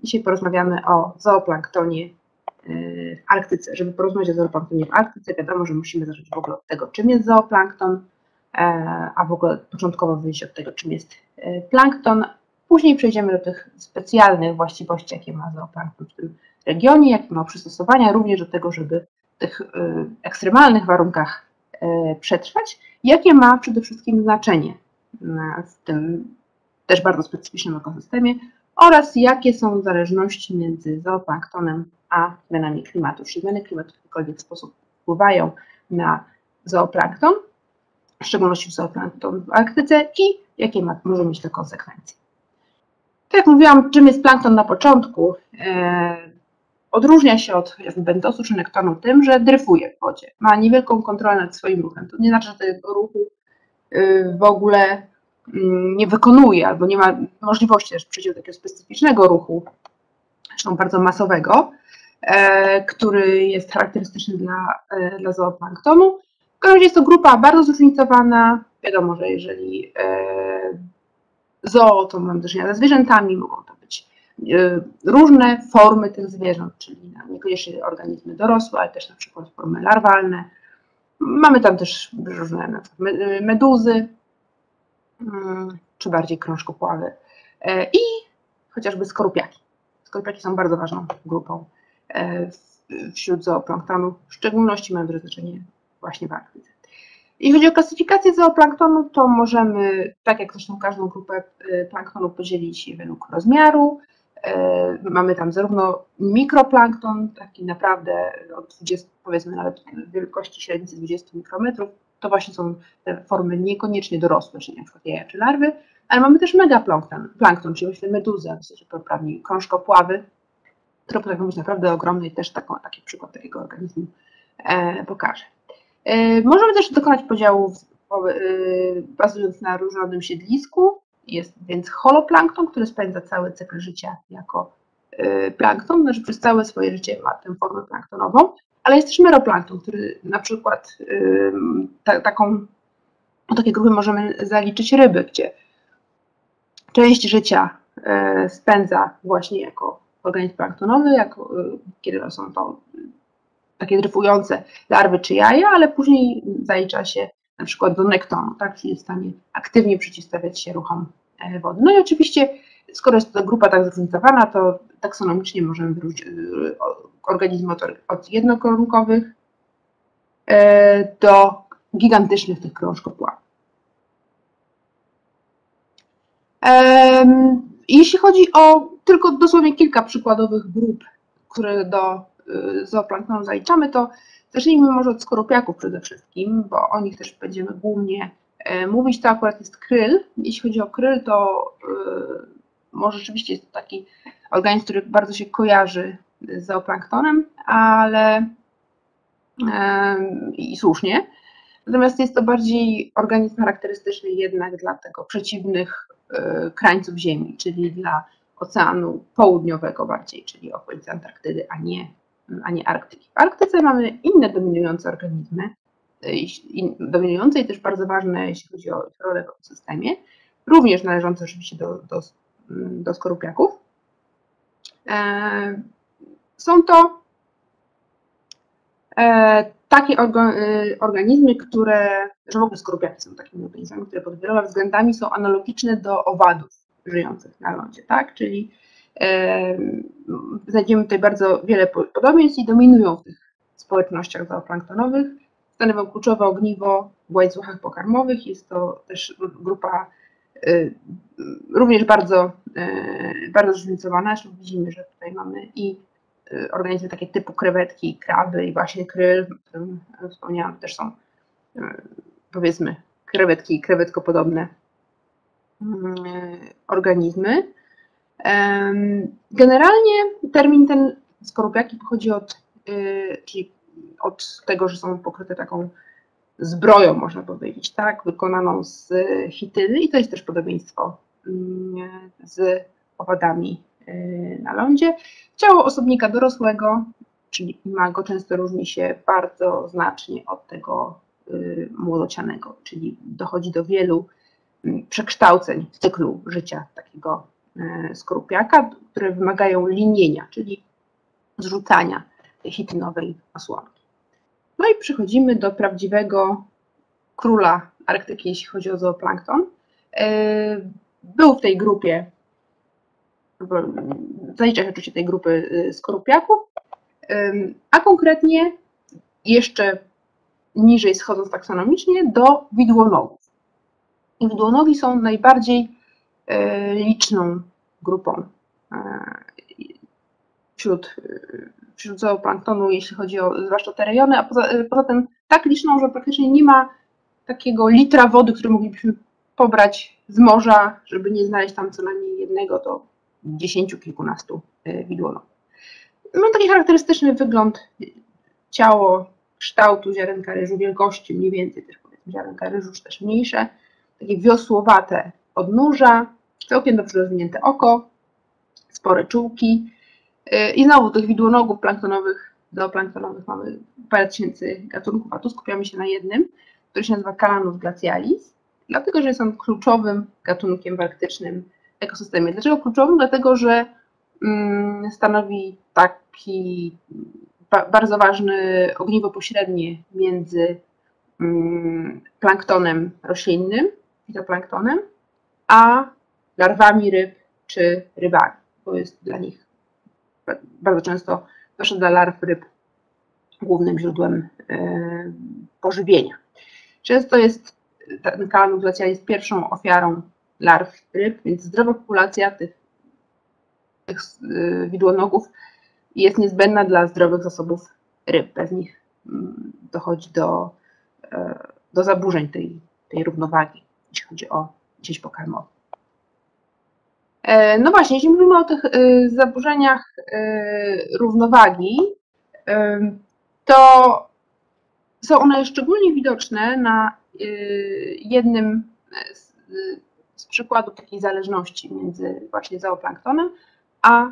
Dzisiaj porozmawiamy o zooplanktonie w Arktyce. Żeby porozmawiać o zooplanktonie w Arktyce, wiadomo, że musimy zacząć w ogóle od tego, czym jest zooplankton, a w ogóle początkowo wyjść od tego, czym jest plankton. Później przejdziemy do tych specjalnych właściwości, jakie ma zooplankton w tym regionie, jakie ma przystosowania, również do tego, żeby w tych ekstremalnych warunkach przetrwać, jakie ma przede wszystkim znaczenie w tym też bardzo specyficznym ekosystemie oraz jakie są zależności między zooplanktonem a zmianami klimatu. Czy zmiany klimatu w jakikolwiek sposób wpływają na zooplankton, w szczególności w zooplankton w Arktyce i jakie może mieć to konsekwencje. Tak jak mówiłam, czym jest plankton na początku, odróżnia się od bentosu czy nektonu tym, że dryfuje w wodzie. Ma niewielką kontrolę nad swoim ruchem. To nie znaczy, że tego ruchu w ogóle nie wykonuje albo nie ma możliwości też przejścia do takiego specyficznego ruchu, zresztą bardzo masowego, który jest charakterystyczny dla zooplanktonu. W każdym razie jest to grupa bardzo zróżnicowana. Wiadomo, że jeżeli zoo, to mamy do czynienia ze zwierzętami, mogą to być różne formy tych zwierząt, czyli niekoniecznie organizmy dorosłe, ale też na przykład formy larwalne. Mamy tam też różne na przykład meduzy, czy bardziej krążkopławy i chociażby skorupiaki. Skorupiaki są bardzo ważną grupą wśród zooplanktonu, w szczególności mają duże znaczenie właśnie w Arktyce. Jeśli chodzi o klasyfikację zooplanktonu, to możemy, tak jak zresztą każdą grupę planktonu, podzielić według rozmiaru. Mamy tam zarówno mikroplankton, taki naprawdę od 20, powiedzmy nawet wielkości średnicy 20 mikrometrów, to właśnie są te formy niekoniecznie dorosłe, czyli na przykład jaja czy larwy, ale mamy też megaplankton, czyli właśnie meduzy, a myślę, że poprawnie krążkopławy, które potrafią być naprawdę ogromne i też taki przykład takiego organizmu pokażę. Możemy też dokonać podziału bazując na różnorodnym siedlisku. Jest więc holoplankton, który spędza cały cykl życia jako plankton, znaczy przez całe swoje życie ma tę formę planktonową, ale jest też meroplankton, który na przykład do takiej grupy możemy zaliczyć ryby, gdzie część życia spędza właśnie jako organizm planktonowy, kiedy są to takie dryfujące larwy czy jaja, ale później zalicza się na przykład do nektonu, tak, czyli jest w stanie aktywnie przeciwstawiać się ruchom wody. No i oczywiście, skoro jest to grupa tak zróżnicowana, to taksonomicznie możemy wyróżnić organizmy od jednokorunkowych do gigantycznych tych krążkopław. Jeśli chodzi o tylko dosłownie kilka przykładowych grup, które do zooplanktonu zaliczamy, to zacznijmy może od skorupiaków przede wszystkim, bo o nich też będziemy głównie mówić. To akurat jest kryl. Jeśli chodzi o kryl, to może rzeczywiście jest to taki organizm, który bardzo się kojarzy z zooplanktonem, ale i słusznie. Natomiast jest to bardziej organizm charakterystyczny jednak dla tego przeciwnych krańców Ziemi, czyli dla Oceanu Południowego bardziej, czyli okolicy Antarktydy, a nie Arktyki. W Arktyce mamy inne dominujące organizmy, dominujące i też bardzo ważne, jeśli chodzi o ich rolę w ekosystemie, również należące oczywiście do skorupiaków. Są to takie organizmy, że w ogóle skorupiaki są takimi organizmami, które pod wieloma względami są analogiczne do owadów żyjących na lądzie, tak? Czyli znajdziemy tutaj bardzo wiele podobieństw i dominują w tych społecznościach zooplanktonowych. Stanowią kluczowe ogniwo w łańcuchach pokarmowych. Jest to też grupa również bardzo zróżnicowana. Zresztą widzimy, że tutaj mamy i organizmy takie typu krewetki, kraby i właśnie kryl, o którym wspomniałam, też są powiedzmy krewetki i krewetkopodobne organizmy. Generalnie termin ten skorupiaki pochodzi od tego, że są pokryte taką zbroją, można powiedzieć, tak, wykonaną z chityny i to jest też podobieństwo z owadami na lądzie. Ciało osobnika dorosłego, czyli imago, często różni się bardzo znacznie od tego młodocianego, czyli dochodzi do wielu przekształceń w cyklu życia takiego skorupiaka, które wymagają linienia, czyli zrzucania tej chitynowej osłonki. No i przechodzimy do prawdziwego króla Arktyki, jeśli chodzi o zooplankton. Był w tej grupie, zalicza się oczywiście tej grupy skorupiaków, a konkretnie jeszcze niżej schodząc taksonomicznie do widłonogów. I widłonogi są najbardziej liczną grupą wśród zooplanktonu, jeśli chodzi o zwłaszcza te rejony, a poza tym tak liczną, że praktycznie nie ma takiego litra wody, który moglibyśmy pobrać z morza, żeby nie znaleźć tam co najmniej jednego do 10 kilkunastu widłonogów. Mam taki charakterystyczny wygląd, ciało, kształtu ziarenka ryżu, wielkości mniej więcej też powiedzmy ziarenka ryżu, czy też mniejsze, takie wiosłowate odnóża, całkiem dobrze rozwinięte oko, spore czułki i znowu tych widłonogów planktonowych, zooplanktonowych mamy parę tysięcy gatunków, a tu skupiamy się na jednym, który się nazywa Calanus glacialis, dlatego że jest on kluczowym gatunkiem w arktycznym ekosystemie. Dlaczego kluczowym? Dlatego, że stanowi taki bardzo ważne ogniwo pośrednie między planktonem roślinnym, fitoplanktonem, a larwami ryb czy rybami, bo jest dla nich bardzo często, zwłaszcza dla larw ryb, głównym źródłem pożywienia. Często jest ten Calanus glacialis pierwszą ofiarą larw ryb, więc zdrowa populacja tych widłonogów jest niezbędna dla zdrowych zasobów ryb. Bez nich dochodzi do zaburzeń tej równowagi, jeśli chodzi o sieć pokarmową. No właśnie, jeśli mówimy o tych zaburzeniach równowagi, to są one szczególnie widoczne na jednym z przykładów takiej zależności między właśnie zooplanktonem, a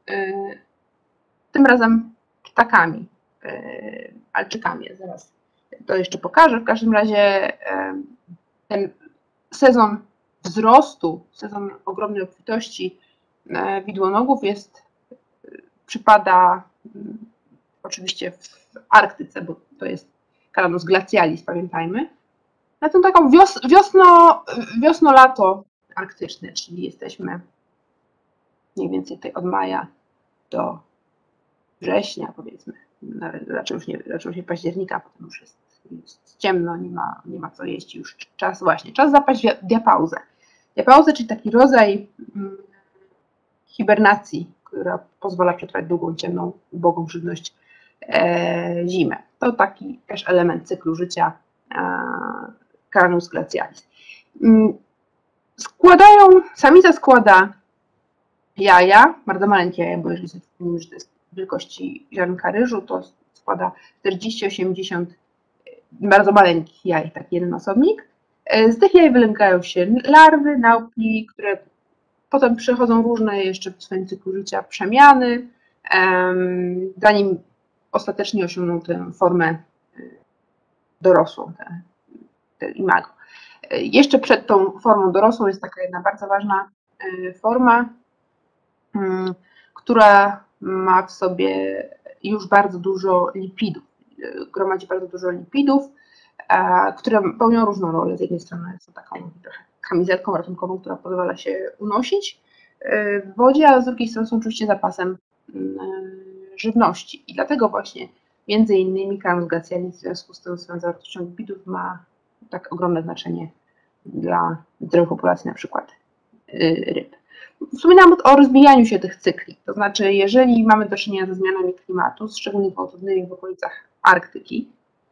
tym razem ptakami, alczykami. Ja zaraz to jeszcze pokażę. W każdym razie ten sezon wzrostu, sezon ogromnej obfitości widłonogów przypada oczywiście w Arktyce, bo to jest Calanus glacialis, pamiętajmy, na tę taką wiosno-lato arktyczne, czyli jesteśmy mniej więcej tutaj od maja do września, powiedzmy, raczej już nie października, potem już jest ciemno, nie ma co jeść, już czas zapaść w diapauzę. Diapauzę, czyli taki rodzaj hibernacji, która pozwala przetrwać długą, ciemną, ubogą żywność zimę. To taki też element cyklu życia Calanus glacialis. Samica składa jaja, bardzo maleńkie jaja, bo jeżeli mówimy, że to jest wielkości ziarnka ryżu, to składa 40-80 bardzo maleńkich jaj, taki jeden osobnik. Z tych jaj wylęgają się larwy, naupli, które potem przechodzą różne jeszcze w swoim cyklu życia przemiany, zanim ostatecznie osiągną tę formę dorosłą, tę imago. Jeszcze przed tą formą dorosłą jest taka jedna bardzo ważna forma, która ma w sobie już bardzo dużo lipidów, gromadzi bardzo dużo lipidów, które pełnią różną rolę. Z jednej strony są taką kamizelką ratunkową, która pozwala się unosić w wodzie, a z drugiej strony są oczywiście zapasem żywności. I dlatego właśnie między innymi Calanus glacialis w związku z tą swoją zawartością lipidów ma tak ogromne znaczenie dla zdrowej populacji na przykład ryb. Wspominałam o rozbijaniu się tych cykli, to znaczy jeżeli mamy do czynienia ze zmianami klimatu, szczególnie gwałtownymi w okolicach Arktyki,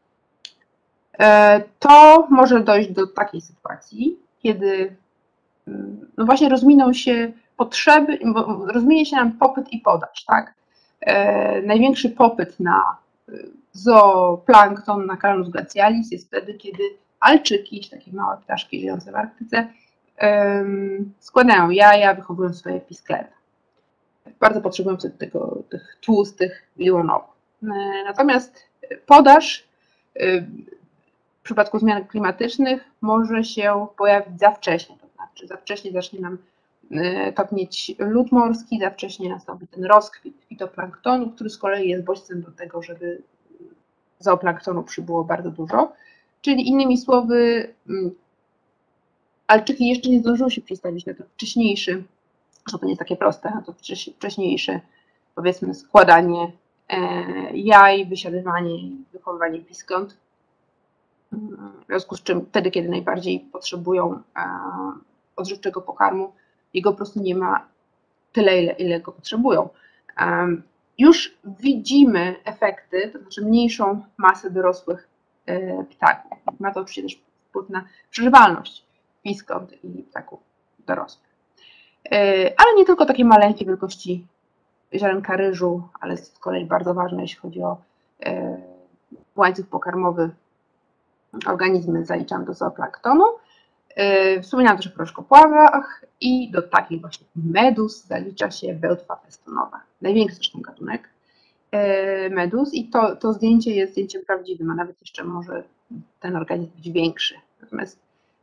to może dojść do takiej sytuacji, kiedy no właśnie rozminą się potrzeby, rozminie się nam popyt i podaż, tak? Największy popyt na zooplankton, na Calanus glacialis jest wtedy, kiedy alczyki, czy takie małe ptaszki żyjące w Arktyce, składają jaja, wychowują swoje pisklewy. Bardzo potrzebują tych tłustych widłonogów. Natomiast podaż w przypadku zmian klimatycznych może się pojawić za wcześnie, to znaczy za wcześnie zacznie nam topnieć lód morski, za wcześnie nastąpi ten rozkwit fitoplanktonu, który z kolei jest bodźcem do tego, żeby zooplanktonu przybyło bardzo dużo. Czyli innymi słowy, alczyki jeszcze nie zdążyły się przestawić na to wcześniejszy, że to nie jest takie proste, na to wcześniejsze, powiedzmy, składanie jaj, wysiadywanie i wychowywanie piskąt. W związku z czym wtedy, kiedy najbardziej potrzebują odżywczego pokarmu, jego po prostu nie ma tyle, ile go potrzebują. Już widzimy efekty, to znaczy mniejszą masę dorosłych ptaków. Ma to oczywiście też wpływ na przeżywalność piskąt i ptaków dorosłych. Ale nie tylko takie maleńkie wielkości ziarenka ryżu, ale z kolei bardzo ważne, jeśli chodzi o łańcuch pokarmowy, organizmy zaliczam do zooplanktonu. Wspominałam też o proszkopławach i do takich właśnie meduz zalicza się bełtwa festonowa. Największy zresztą gatunek meduz i to zdjęcie jest zdjęciem prawdziwym, a nawet jeszcze może ten organizm być większy. Natomiast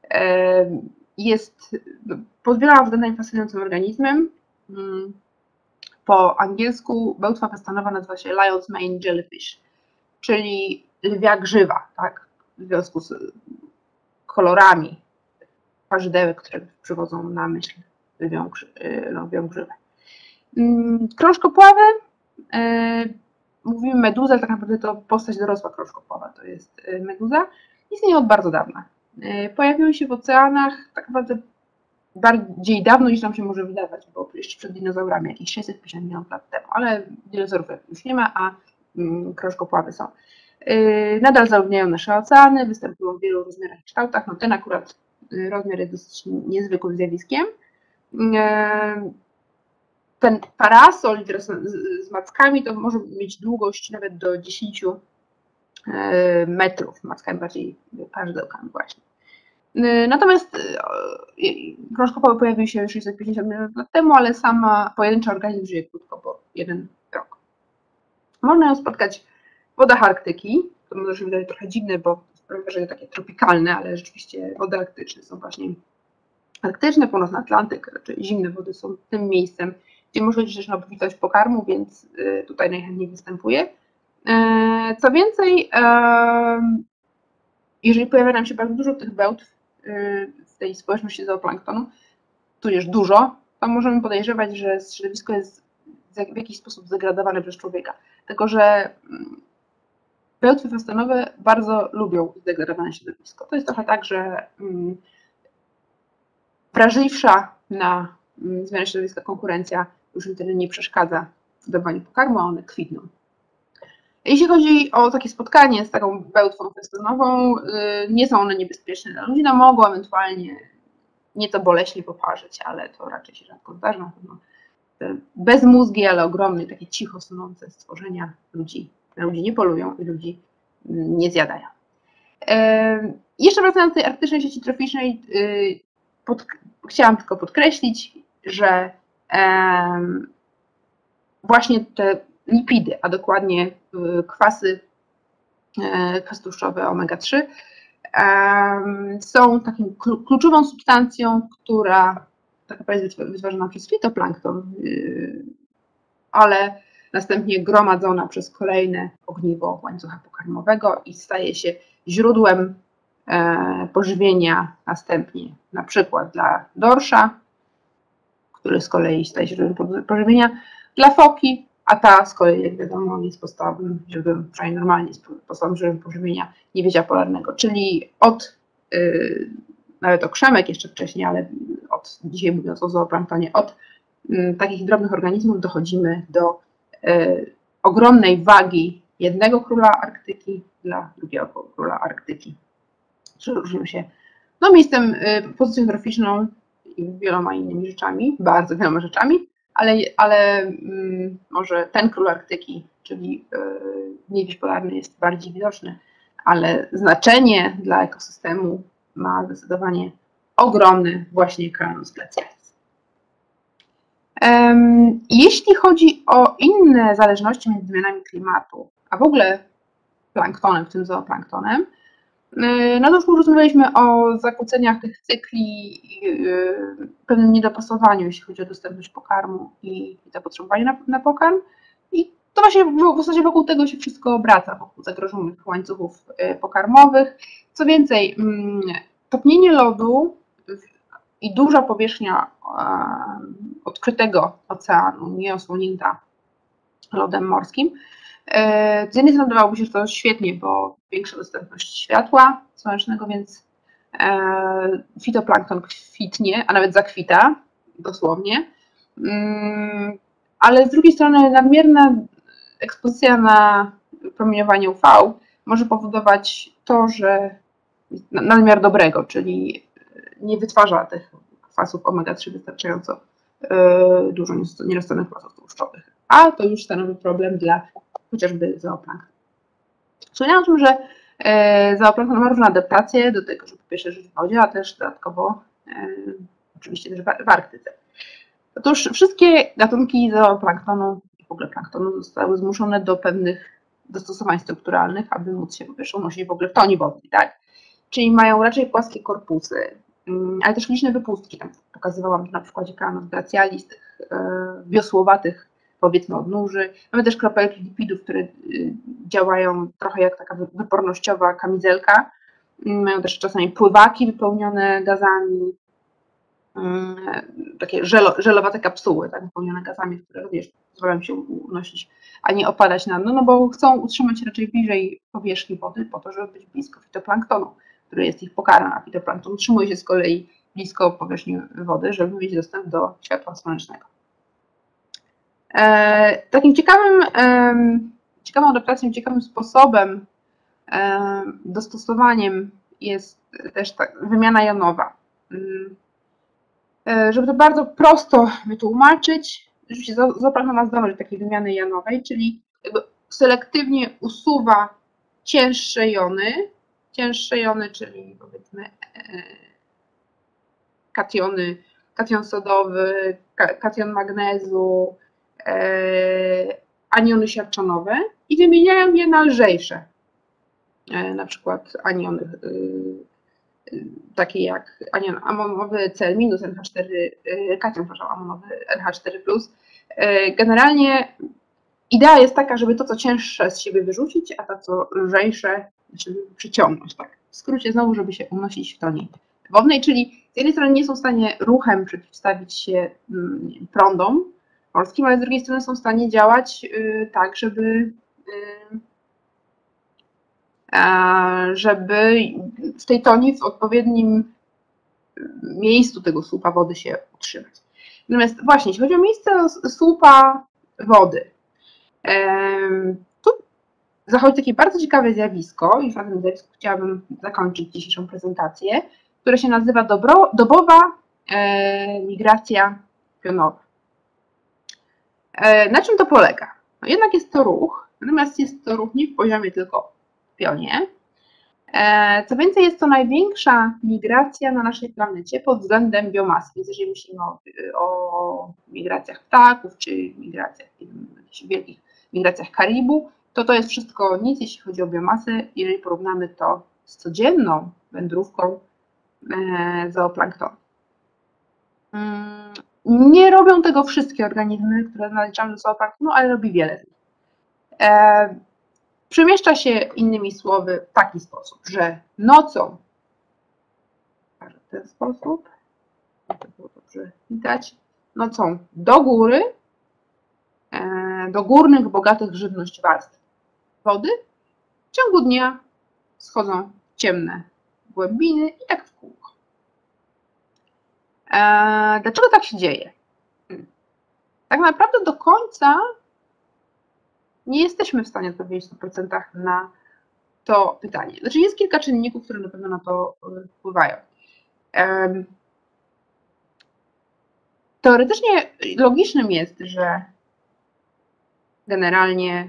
jest pod wieloma względami fascynującym organizmem. Po angielsku bełtwa festonowa nazywa się Lion's Mane Jellyfish, czyli lwia grzywa, tak? W związku z kolorami parzydełek, które przywodzą na myśl lwią grzywę. Krążkopławy, mówimy meduza, tak naprawdę to postać dorosła krążkopława, to jest meduza, istnieje od bardzo dawna. Pojawiły się w oceanach tak naprawdę bardziej dawno niż nam się może wydawać, bo jeszcze przed dinozaurami, jakieś 650 milionów lat temu, ale dinozaurów już nie ma, a krążkopławy są. Nadal zaludniają nasze oceany, występują w wielu rozmiarach i kształtach, no ten akurat rozmiar jest dosyć niezwykłym zjawiskiem. Ten parasol z mackami to może mieć długość nawet do 10 metrów, mackami bardziej parzydełkami właśnie. Natomiast krążkopławy pojawiły się już 650 milionów lat temu, ale sama pojedyncza organizm żyje krótko, bo 1 rok. Można ją spotkać w wodach Arktyki, to może się wydaje trochę dziwne, bo sprawia wrażenie takie tropikalne, ale rzeczywiście wody arktyczne są właśnie arktyczne, północny Atlantyk, raczej zimne wody są tym miejscem, gdzie może być też na obfitość pokarmu, więc tutaj najchętniej występuje. Co więcej, jeżeli pojawia nam się bardzo dużo tych bełtw w tej społeczności zooplanktonu, tudzież dużo, to możemy podejrzewać, że środowisko jest w jakiś sposób zdegradowane przez człowieka. Tylko że bełtwy festonowe bardzo lubią zdegradowane środowisko. To jest trochę tak, że wrażliwsza na zmianę środowiska konkurencja już im wtedy nie przeszkadza w dawaniu pokarmu, a one kwitną. Jeśli chodzi o takie spotkanie z taką bełtwą festonową, nie są one niebezpieczne dla ludzi, no mogą ewentualnie nieco boleśnie poparzyć, ale to raczej się rzadko zdarza. Bezmózgie, ale ogromne, takie cicho sunące stworzenia na ludzi nie polują i ludzi nie zjadają. Jeszcze wracając do tej arktycznej sieci troficznej, chciałam tylko podkreślić, że właśnie te lipidy, a dokładnie kwasy tłuszczowe omega-3 są taką kluczową substancją, która tak naprawdę jest wytwarzana przez fitoplankton, ale następnie gromadzona przez kolejne ogniwo łańcucha pokarmowego i staje się źródłem pożywienia następnie na przykład dla dorsza, który z kolei staje się źródłem pożywienia dla foki, a ta z kolei, jak wiadomo, jest podstawowym źródłem, przynajmniej normalnie jest podstawowym źródłem pożywienia niedźwiedzia polarnego, czyli od, nawet okrzemek jeszcze wcześniej, ale dzisiaj mówiąc o zooplanktonie, od takich drobnych organizmów dochodzimy do ogromnej wagi jednego króla Arktyki dla drugiego króla Arktyki. Różnią się miejscem, pozycją troficzną i wieloma innymi rzeczami, bardzo wieloma rzeczami, ale może ten król Arktyki, czyli niedźwiedź polarny jest bardziej widoczny, ale znaczenie dla ekosystemu ma zdecydowanie ogromny właśnie Calanus glacialis. Jeśli chodzi o inne zależności między zmianami klimatu, a w ogóle planktonem, w tym zooplanktonem, Natomiast rozmawialiśmy o zakłóceniach tych cykli, pewnym niedopasowaniu, jeśli chodzi o dostępność pokarmu i zapotrzebowanie na pokarm. I to właśnie w zasadzie wokół tego się wszystko obraca, wokół zagrożonych łańcuchów pokarmowych. Co więcej, topnienie lodu i duża powierzchnia odkrytego oceanu, nie osłonięta lodem morskim, z jednej strony wydawałoby się, że to świetnie, bo większa dostępność światła słonecznego, więc fitoplankton kwitnie, a nawet zakwita, dosłownie. Ale z drugiej strony nadmierna ekspozycja na promieniowanie UV może powodować to, że nadmiar dobrego, czyli nie wytwarza tych kwasów omega-3 wystarczająco dużo nieroztworzonych kwasów tłuszczowych, a to już stanowi problem dla chociażby zooplankton. Wspomniałam o tym, że zooplankton ma różne adaptacje do tego, żeby po pierwsze żyć w wodzie, a też dodatkowo oczywiście też w Arktyce. Otóż wszystkie gatunki zooplanktonu i w ogóle planktonu zostały zmuszone do pewnych dostosowań strukturalnych, aby móc się po pierwsze unosić w ogóle w toni wodnej, tak? Czyli mają raczej płaskie korpusy, ale też liczne wypustki. Tam pokazywałam na przykładzie Calanus glacialis, tych wiosłowatych, powiedzmy, odnóży. Mamy też kropelki lipidów, które działają trochę jak taka wypornościowa kamizelka. Mają też czasami pływaki wypełnione gazami, takie żelowate kapsuły, tak, wypełnione gazami, które również pozwalają się unosić, a nie opadać na dno, no bo chcą utrzymać się raczej bliżej powierzchni wody po to, żeby być blisko fitoplanktonu, który jest ich pokarmem, a fitoplankton utrzymuje się z kolei blisko powierzchni wody, żeby mieć dostęp do światła słonecznego. Takim ciekawą adaptacją, ciekawym sposobem, dostosowaniem jest też wymiana jonowa. Żeby to bardzo prosto wytłumaczyć, rzeczywiście zooplankton ma zdolność do takiej wymiany jonowej, czyli jakby selektywnie usuwa cięższe jony, czyli powiedzmy kationy, kation sodowy, kation magnezu, aniony siarczanowe i wymieniają je na lżejsze, na przykład aniony takie jak anion amonowy Cl- NH4, kation amonowy NH4+. Generalnie idea jest taka, żeby to, co cięższe z siebie wyrzucić, a to, co lżejsze, żeby przyciągnąć. Tak. W skrócie znowu, żeby się unosić w tonie wodnej, czyli z jednej strony nie są w stanie ruchem przeciwstawić się prądom morskim, ale z drugiej strony są w stanie działać tak, żeby w tej toni w odpowiednim miejscu tego słupa wody się utrzymać. Natomiast właśnie, jeśli chodzi o miejsce słupa wody, tu zachodzi takie bardzo ciekawe zjawisko i na tym zjawisku chciałabym zakończyć dzisiejszą prezentację, które się nazywa dobowa migracja pionowa. Na czym to polega? No jednak jest to ruch, natomiast jest to ruch nie w poziomie tylko w pionie. Co więcej, jest to największa migracja na naszej planecie pod względem biomasy. Więc jeżeli myślimy o migracjach ptaków, czy migracjach, jakichś wielkich migracjach Karibu, to jest wszystko nic, jeśli chodzi o biomasę, jeżeli porównamy to z codzienną wędrówką zooplanktonu. Nie robią tego wszystkie organizmy, które naliczamy do zooplanktonu, ale robi wiele z nich. Przemieszcza się, innymi słowy, w taki sposób, że nocą, w ten sposób, to było dobrze widać, nocą do góry, do górnych, bogatych w żywność warstw wody, w ciągu dnia schodzą ciemne głębiny i tak w kółko. Dlaczego tak się dzieje? Tak naprawdę do końca nie jesteśmy w stanie odpowiedzieć w 100% na to pytanie. Znaczy jest kilka czynników, które na pewno na to wpływają. Teoretycznie logicznym jest, że generalnie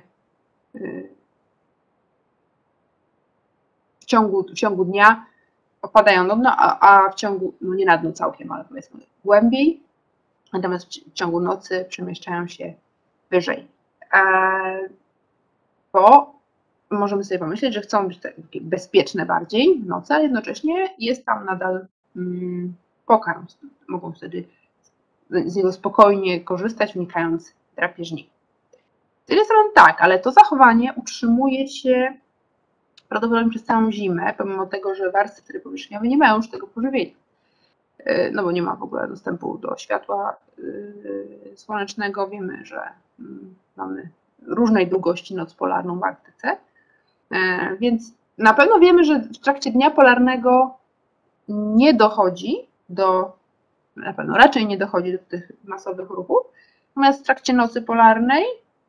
w ciągu dnia opadają na dno, a w ciągu, no nie na dno całkiem, ale powiedzmy głębiej, natomiast w ciągu nocy przemieszczają się wyżej. Bo możemy sobie pomyśleć, że chcą być takie bezpieczne bardziej w nocy, ale jednocześnie jest tam nadal pokarm. Mogą wtedy z niego spokojnie korzystać, unikając drapieżników. Z jednej strony tak, ale to zachowanie utrzymuje się prawdopodobnie przez całą zimę, pomimo tego, że warstwy powierzchniowe nie mają już tego pożywienia. No bo nie ma w ogóle dostępu do światła słonecznego. Wiemy, że mamy różnej długości noc polarną w Arktyce, więc na pewno wiemy, że w trakcie dnia polarnego nie dochodzi na pewno raczej nie dochodzi do tych masowych ruchów, natomiast w trakcie nocy polarnej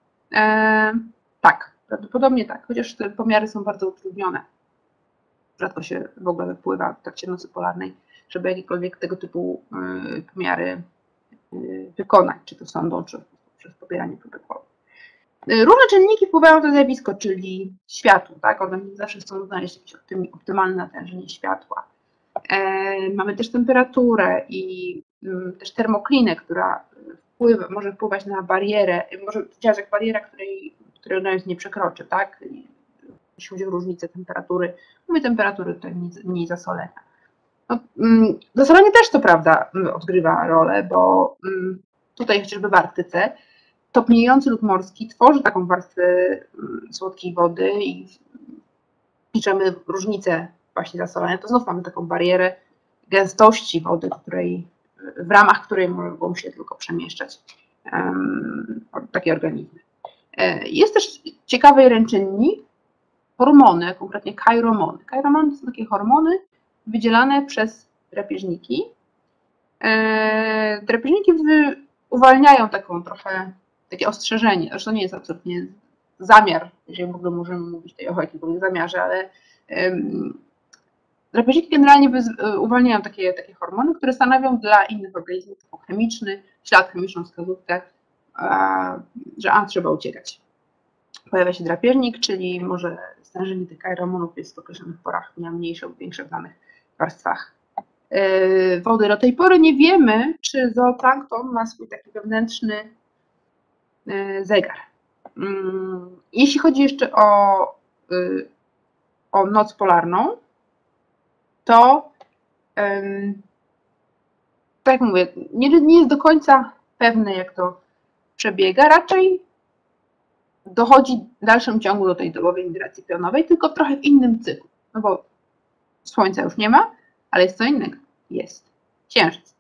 tak, prawdopodobnie tak, chociaż te pomiary są bardzo utrudnione. Rzadko się w ogóle wypływa w trakcie nocy polarnej, żeby jakiekolwiek tego typu pomiary wykonać, czy to sondą, czy przez pobieranie próbek wody. Różne czynniki wpływają na to zjawisko, czyli światło, tak? Organizmy zawsze chcą znaleźć jakieś optymalne natężenie światła. Mamy też temperaturę i też termoklinę, która może wpływać na barierę, może działać jak bariera, której organizm nie przekroczy, tak? Jeśli chodzi o różnicę temperatury, mówię temperatury, tutaj mniej zasolenia. No, zasolenie też to prawda odgrywa rolę, bo tutaj chociażby w Arktyce topniejący lód morski tworzy taką warstwę słodkiej wody i liczymy różnicę właśnie zasolenia, to znów mamy taką barierę gęstości wody, w ramach której mogą się tylko przemieszczać takie organizmy. Jest też ciekawy jeden czynnik, hormony, konkretnie kairomony. Kairomony to są takie hormony wydzielane przez drapieżniki. Drapieżniki uwalniają takie ostrzeżenie, zresztą nie jest absolutnie zamiar, jeżeli w ogóle możemy mówić tutaj o jakimkolwiek zamiarze, ale drapieżniki generalnie uwalniają takie hormony, które stanowią dla innych organizmów chemiczny ślad, chemiczną wskazówkę, że trzeba uciekać. Pojawia się drapieżnik, czyli może stężenie tych kairomonów jest w określonych porach mniejsze lub większe w danych warstwach wody. Do tej pory nie wiemy, czy zooplankton ma swój taki wewnętrzny zegar. Jeśli chodzi jeszcze o noc polarną, to tak jak mówię, nie jest do końca pewne, jak to przebiega. Raczej dochodzi w dalszym ciągu do tej dobowej migracji pionowej, tylko trochę w innym cyklu. No bo słońca już nie ma, ale jest co innego. Jest księżyc.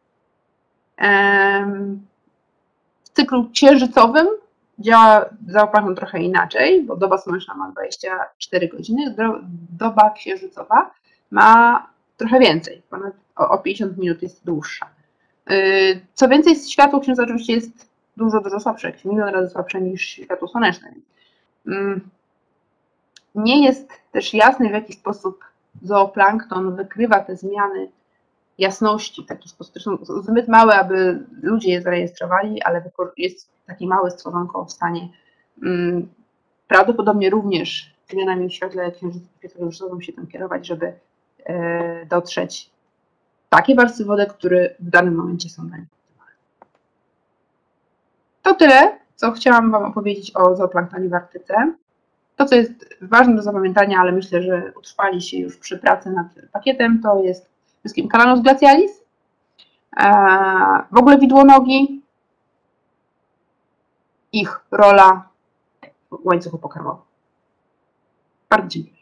W cyklu księżycowym działa zooplankton trochę inaczej, bo doba słoneczna ma 24 godziny, doba księżycowa ma trochę więcej, ponad o 50 minut jest dłuższa. Co więcej, światło księżyca oczywiście jest dużo słabsze, jakieś milion razy słabsze niż światło słoneczne. Nie jest też jasne, w jaki sposób zooplankton wykrywa te zmiany jasności w taki sposób. Zresztą zbyt małe, aby ludzie je zarejestrowali, ale jest takie małe stworzonko w stanie prawdopodobnie również zmianami w świetle księżycowym się tym kierować, żeby dotrzeć takie warstwy wody, które w danym momencie są dla nich optymalne. To tyle, co chciałam Wam opowiedzieć o zooplanktonie w Arktyce. To, co jest ważne do zapamiętania, ale myślę, że utrwali się już przy pracy nad pakietem, to jest przede wszystkim Calanus glacialis, w ogóle widłonogi, ich rola w łańcuchu pokarmowym. Bardzo dziękuję.